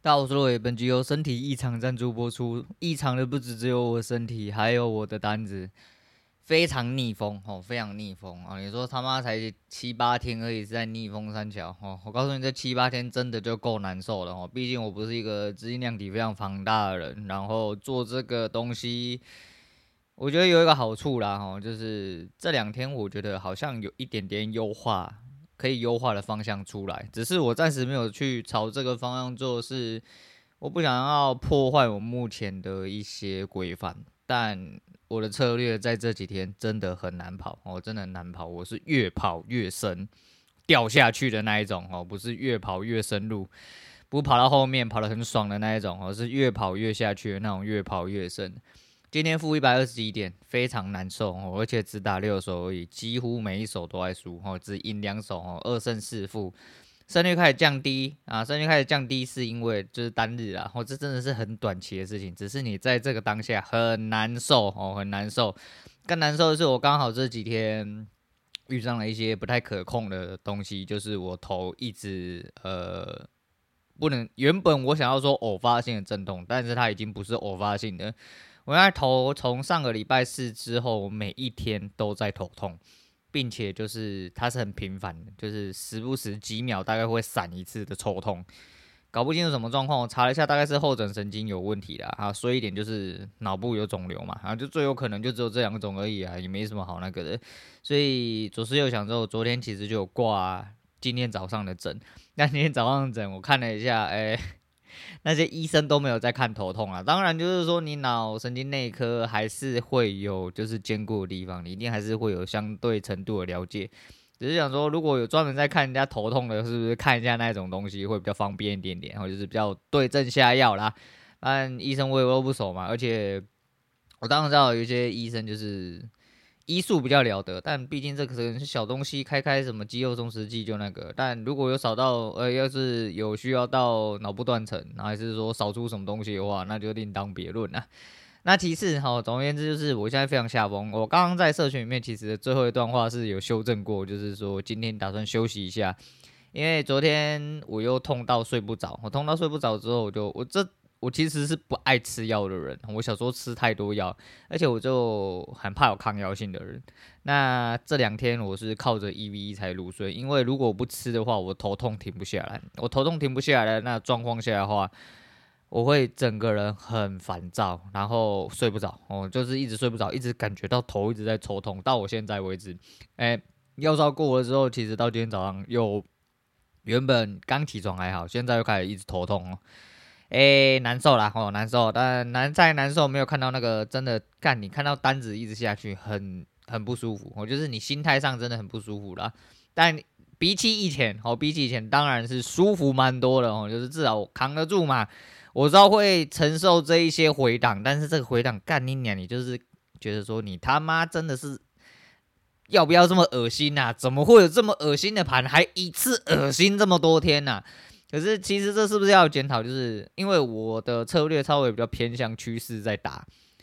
大家好，我是洛伟，本集由身体异常赞助播出。异常的不只有我的身体，还有我的单子，非常逆风哦，非常逆风啊！你说他妈才7、8天而已，是在逆风三桥哦。我告诉你，这7、8天真的就够难受了哦。毕竟我不是一个资金量体非常庞大的人，然后做这个东西，我觉得有一个好处啦哦，就是这2天我觉得好像有一点点优化。可以优化的方向出来，只是我暂时没有去朝这个方向做，是我不想要破坏我目前的一些规范，但我的策略在这几天真的很难跑哦，真的很难跑，我是越跑越深，掉下去的那一种哦，不是越跑越深入，不是跑到后面跑得很爽的那一种哦，是越跑越下去的那种，越跑越深。今天负121点，非常难受哦，而且只打6手而已，几乎每一手都在输哦，只赢2手哦，2胜4负，胜率开始降低啊，胜率开始降低是因为就是单日啊，这真的是很短期的事情，只是你在这个当下很难受哦，很难受。更难受的是我刚好这几天遇上了一些不太可控的东西，就是我头一直不能，原本我想要说偶发性的阵痛，但是它已经不是偶发性的。我那头从上个礼拜四之后，每一天都在头痛，并且就是它是很频繁的，就是时不时几秒大概会闪一次的抽痛，搞不清楚什么状况。我查了一下，大概是后枕神经有问题啦，啊，衰一点就是脑部有肿瘤嘛，啊，就最有可能就只有这2种而已啊，也没什么好那个的。所以左思右想之后，昨天其实就有挂今天早上的诊，但今天早上的诊我看了一下，那些医生都没有在看头痛啊，当然就是说你脑神经内科还是会有就是兼顾的地方，你一定还是会有相对程度的了解。只是想说，如果有专门在看人家头痛的，是不是看一下那种东西会比较方便一点点，或者是比较对症下药啦。但医生我也都不熟嘛，而且我当然知道有一些医生就是医术比较了得，但毕竟这可能是小东西，开什么肌肉松弛剂就那个。但如果有少到要是有需要到脑部断层，还是说少出什么东西的话，那就另当别论啦。那其次，总而言之就是我现在非常下风。我刚刚在社群里面其实最后一段话是有修正过，就是说今天打算休息一下，因为昨天我又痛到睡不着。我痛到睡不着之后，我其实是不爱吃药的人，我小时候吃太多药，而且我就很怕有抗药性的人。那这2天我是靠着 EVE 才入睡，因为如果我不吃的话，我头痛停不下来。我头痛停不下来，那状况下的话，我会整个人很烦躁，然后睡不着，就是一直睡不着，一直感觉到头一直在抽痛，到我现在为止，药效过了之后，其实到今天早上又原本刚起床还好，现在又开始一直头痛哦。难受啦，难受，但难受，没有看到那个真的干，你看到单子一直下去，很不舒服，就是你心态上真的很不舒服啦。但比起以前当然是舒服蛮多的哦，就是至少我扛得住嘛。我知道会承受这一些回档，但是这个回档干你娘，你就是觉得说你他妈真的是要不要这么恶心啊？怎么会有这么恶心的盘，还一次恶心这么多天啊？可是其实这是不是要检讨？就是因为我的策略稍微比较偏向趋势在打。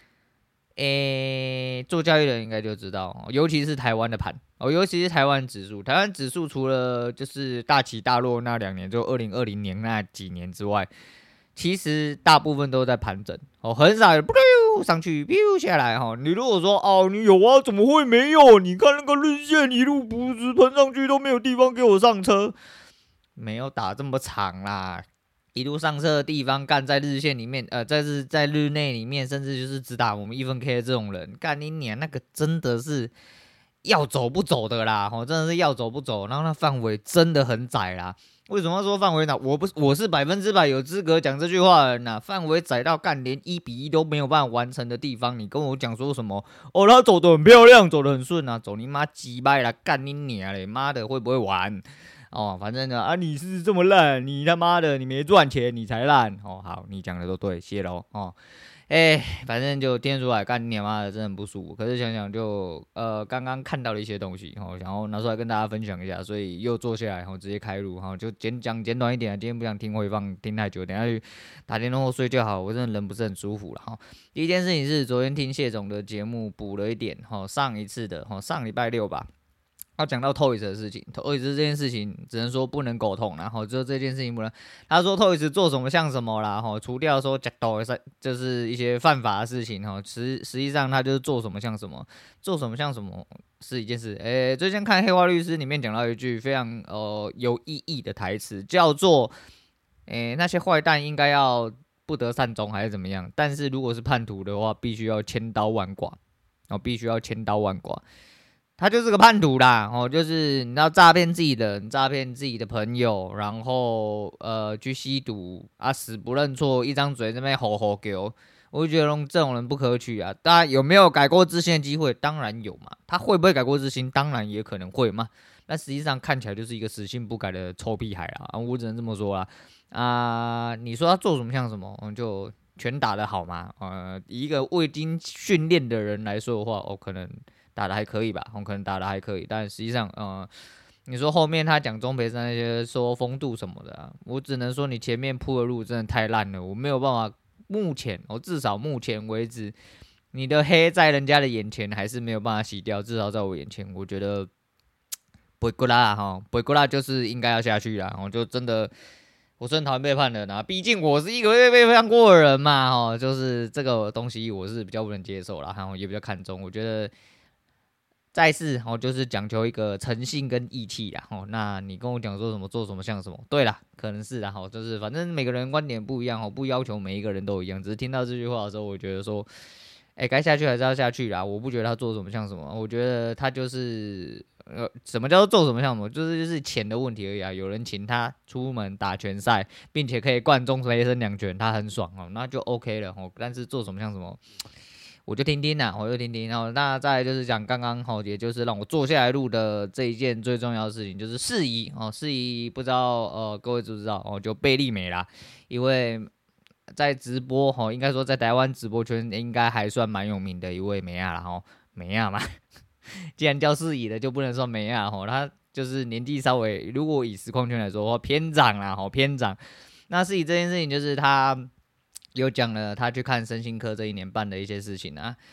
做交易的人应该就知道，尤其是台湾的盘尤其是台湾指数。台湾指数除了就是大起大落那2年，就2020年那几年之外，其实大部分都在盘整很少有上去下来你如果说你有啊，怎么会没有？你看那个日线一路不是喷上去都没有地方给我上车，没有打这么长啦。一路上车的地方干在日线里面，在日内里面，甚至就是只打我们1分 K 的这种人，干你娘，那个真的是要走不走的啦，真的是要走不走，然后那范围真的很窄啦。为什么要说范围窄？我是100%有资格讲这句话的人呐。范围窄到干连1比1都没有办法完成的地方，你跟我讲说什么？他走得很漂亮，走得很顺啊，走你妈鸡掰啦，干你娘嘞！妈的，会不会玩？反正呢你是这么烂，你他妈的你没赚钱，你才烂好，你讲的都对，谢喽反正就天出来干你妈的，真的很不舒服。可是想想就刚刚看到了一些东西然后拿出来跟大家分享一下，所以又坐下来直接开录就简短一点今天不想听回放听太久，等下去打电动或睡觉好，我真的人不是很舒服了第一件事情是昨天听谢总的节目补了一点上一次的上礼拜六吧。 他讲到 Toys 的事情，Toys 这件事情只能说不能苟同，然后就这件事情不能。他说 Toys 做什么像什么啦，哈，除掉说假斗就是一些犯法的事情哈，实际上他就是做什么像什么，做什么像什么是一件事。最近看《黑化律师》里面讲到一句非常有意义的台词，叫做那些坏蛋应该要不得善终还是怎么样，但是如果是叛徒的话，必须要千刀万剐，必须要千刀万剐。他就是个叛徒啦，就是你要诈骗自己人，诈骗自己的朋友，然后去吸毒啊，死不认错，一张嘴在那边吼给我就觉得这种人不可取啊。当然有没有改过自新的机会？当然有嘛。他会不会改过自新？当然也可能会嘛。但实际上看起来就是一个死性不改的臭屁孩啦，我只能这么说啦。你说他做什么像什么，就拳打得好吗？以一个未经训练的人来说的话，可能打得还可以吧，可能打得还可以，但实际上，你说后面他讲钟培生那些说风度什么的我只能说你前面铺的路真的太烂了，我没有办法。至少目前为止，你的黑在人家的眼前还是没有办法洗掉，至少在我眼前，我觉得不会过啦哈，不会过啦，就是应该要下去啦，就真的。我是很讨厌背叛人啊，毕竟我是一个被背叛过的人嘛，就是这个东西我是比较不能接受啦，也比较看重。我觉得再次就是讲求一个诚信跟义气啦，那你跟我讲说什么做什么像什么，对啦，可能是啦，就是反正每个人观点不一样，不要求每一个人都一样，只是听到这句话的时候，我觉得说，该下去还是要下去啦，我不觉得他做什么像什么，我觉得他就是什么叫做做什么像什么，就是钱的问题而已啊。有人请他出门打拳赛，并且可以灌中雷神2拳，他很爽那就 OK 了但是做什么像什么。我就听听啦，那再来就是讲刚刚也就是让我坐下来录的这一件最重要的事情，就是事宜不知道各位知不知道就贝利美啦，因为在直播应该说在台湾直播圈应该还算蛮有名的一位美亚啦美亚嘛，既然叫事宜的就不能说美亚他就是年纪稍微如果以实况圈来说的话偏长啦偏长，那事宜这件事情就是他。有讲了他去看身心科这1年半的一些事情啊，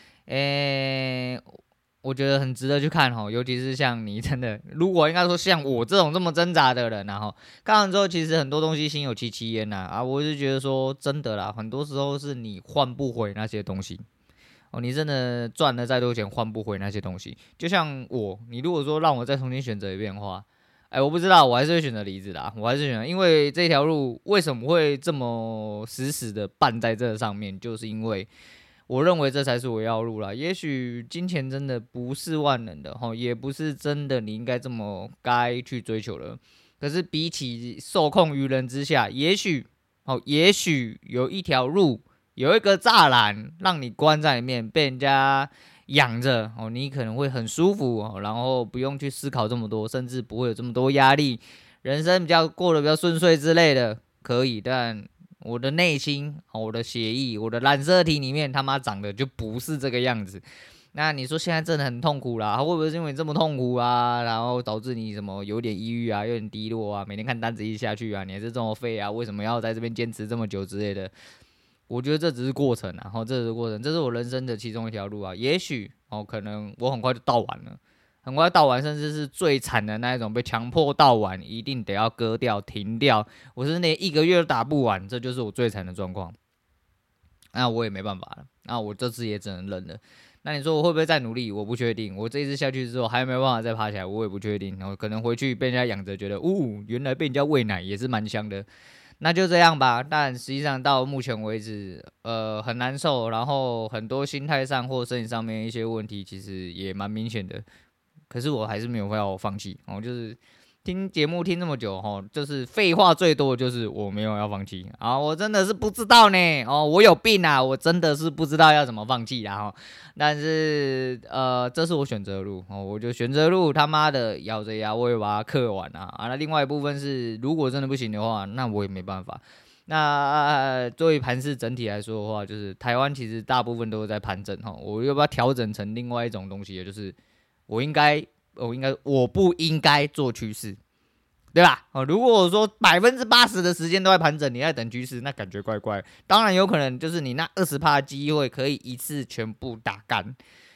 我觉得很值得去看尤其是像你真的，如果应该说像我这种这么挣扎的人看完之后其实很多东西心有戚戚焉我是觉得说真的啦，很多时候是你换不回那些东西你真的赚了再多钱换不回那些东西，就像你如果说让我再重新选择一遍的话。我不知道，我还是会选择离职的我还是选择，因为这条路为什么会这么死死的绊在这上面，就是因为我认为这才是我要路啦。也许金钱真的不是万能的也不是真的你应该这么该去追求了。可是比起受控于人之下，也许有一条路，有一个栅栏让你关在里面，被人家。养着你可能会很舒服然后不用去思考这么多，甚至不会有这么多压力，人生过得比较顺遂之类的，可以。但我的内心我的血液，我的染色体里面他妈长的就不是这个样子。那你说现在真的很痛苦啦，会不会是因为你这么痛苦然后导致你什么有点抑郁有点低落每天看单子一下去你还是这么废为什么要在这边坚持这么久之类的？我觉得这只是过程这只是过程，这是我人生的其中一条路也许可能我很快就到完了，很快到完，甚至是最惨的那一种被强迫到完，一定得要割掉停掉，我是连1个月都打不完，这就是我最惨的状况。那我也没办法了，那我这次也只能忍了。那你说我会不会再努力？我不确定。我这一次下去之后还没办法再爬起来，我也不确定。然后可能回去被人家养着，觉得原来被人家喂奶也是蛮香的。那就这样吧，但实际上到目前为止，很难受，然后很多心态上或身体上面一些问题，其实也蛮明显的。可是我还是没有要放弃就是听节目听这么久就是废话最多的就是我没有要放弃我真的是不知道呢我有病我真的是不知道要怎么放弃但是这是我选择路我就选择路他妈的咬着牙我也把它刻完那另外一部分是如果真的不行的话，那我也没办法。那作为盘势整体来说的话，就是台湾其实大部分都在盘整我要不要调整成另外一种东西，也就是我不应该做趋势，对吧？如果我说80%的时间都在盘整，你在等趋势，那感觉怪怪。当然有可能就是你那20%的机会可以一次全部打干，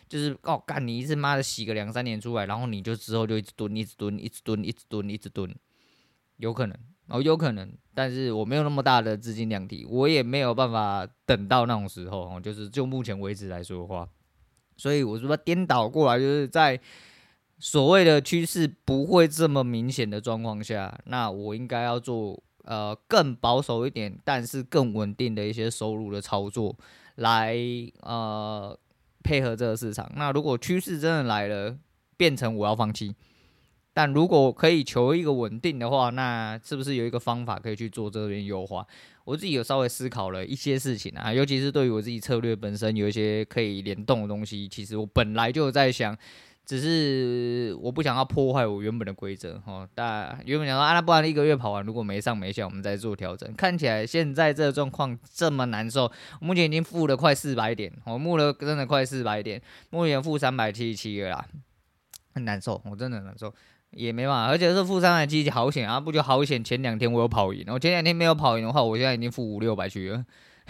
就是干你一次妈的洗个2-3年出来，然后你就之后就一直蹲，一直蹲，一直蹲，一直蹲，一直蹲，有可能。有可能，但是我没有那么大的资金量体，我也没有办法等到那种时候，就是就目前为止来说的话，所以我说颠倒过来，就是在所谓的趋势不会这么明显的状况下，那我应该要做更保守一点，但是更稳定的一些收入的操作，来配合这个市场。那如果趋势真的来了，变成我要放弃。但如果可以求一个稳定的话，那是不是有一个方法可以去做这边优化？我自己有稍微思考了一些事情啊，尤其是对于我自己策略本身有一些可以联动的东西，其实我本来就有在想，只是我不想要破坏我原本的规则哦。但原本想说那不然1个月跑完，如果没上没下，我们再做调整。看起来现在这个状况这么难受，我目前已经负了快400点，我负了真的快400点，目前负377了啦，很难受，我真的很难受。也没办法，而且是负370好险啊！不就好险？前2天我有跑赢，我前2天没有跑赢的话，我现在已经负500-600去了，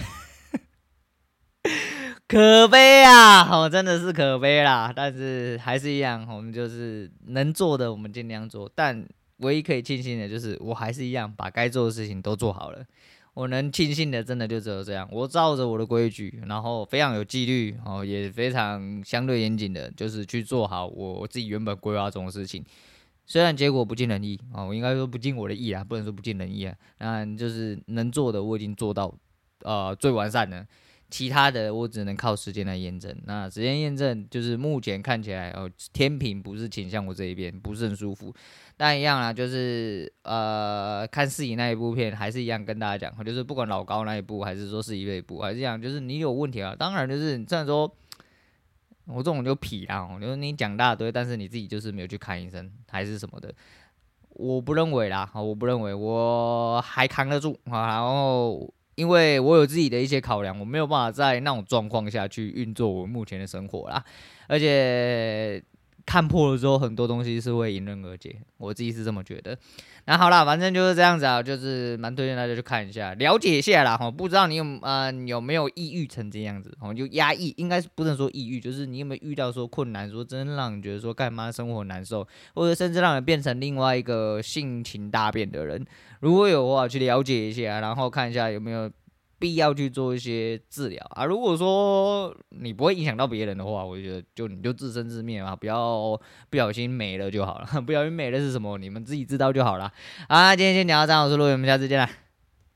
可悲啊！真的是可悲啦。但是还是一样，我们就是能做的，我们尽量做。但唯一可以庆幸的就是，我还是一样把该做的事情都做好了。我能庆幸的，真的就只有这样。我照着我的规矩，然后非常有纪律，也非常相对严谨的，就是去做好我自己原本规划中的事情。虽然结果不尽人意我应该说不尽我的意啊，不能说不尽人意啊。当然就是能做的我已经做到最完善了，其他的我只能靠时间来验证。那时间验证就是目前看起来天平不是倾向我这一边，不是很舒服。但一样啦，就是看四乙那一部片还是一样跟大家讲，就是不管老高那一部还是说四乙那一部，还是一样，就是你有问题啊，当然就是这样说。我这种就痞啦，就是你讲大堆，但是你自己就是没有去看医生还是什么的，我不认为啦，我不认为我还扛得住啊。然后因为我有自己的一些考量，我没有办法在那种状况下去运作我目前的生活啦，而且看破了之后，很多东西是会迎刃而解，我自己是这么觉得。那好啦，反正就是这样子啊，就是蛮推荐大家去看一下，了解一下啦。不知道你有没有抑郁成这样子？就压抑，应该是不能说抑郁，就是你有没有遇到说困难，说真的让你觉得说干嘛生活难受，或者甚至让你变成另外一个性情大变的人？如果有的话，去了解一下，然后看一下有没有必要去做一些治疗啊。如果说你不会影响到别人的话，我觉得你就自生自灭嘛，不要不小心没了就好了。不小心没了是什么，你们自己知道就好了。今天先聊到这样，我是陆伟，我们下次见啦。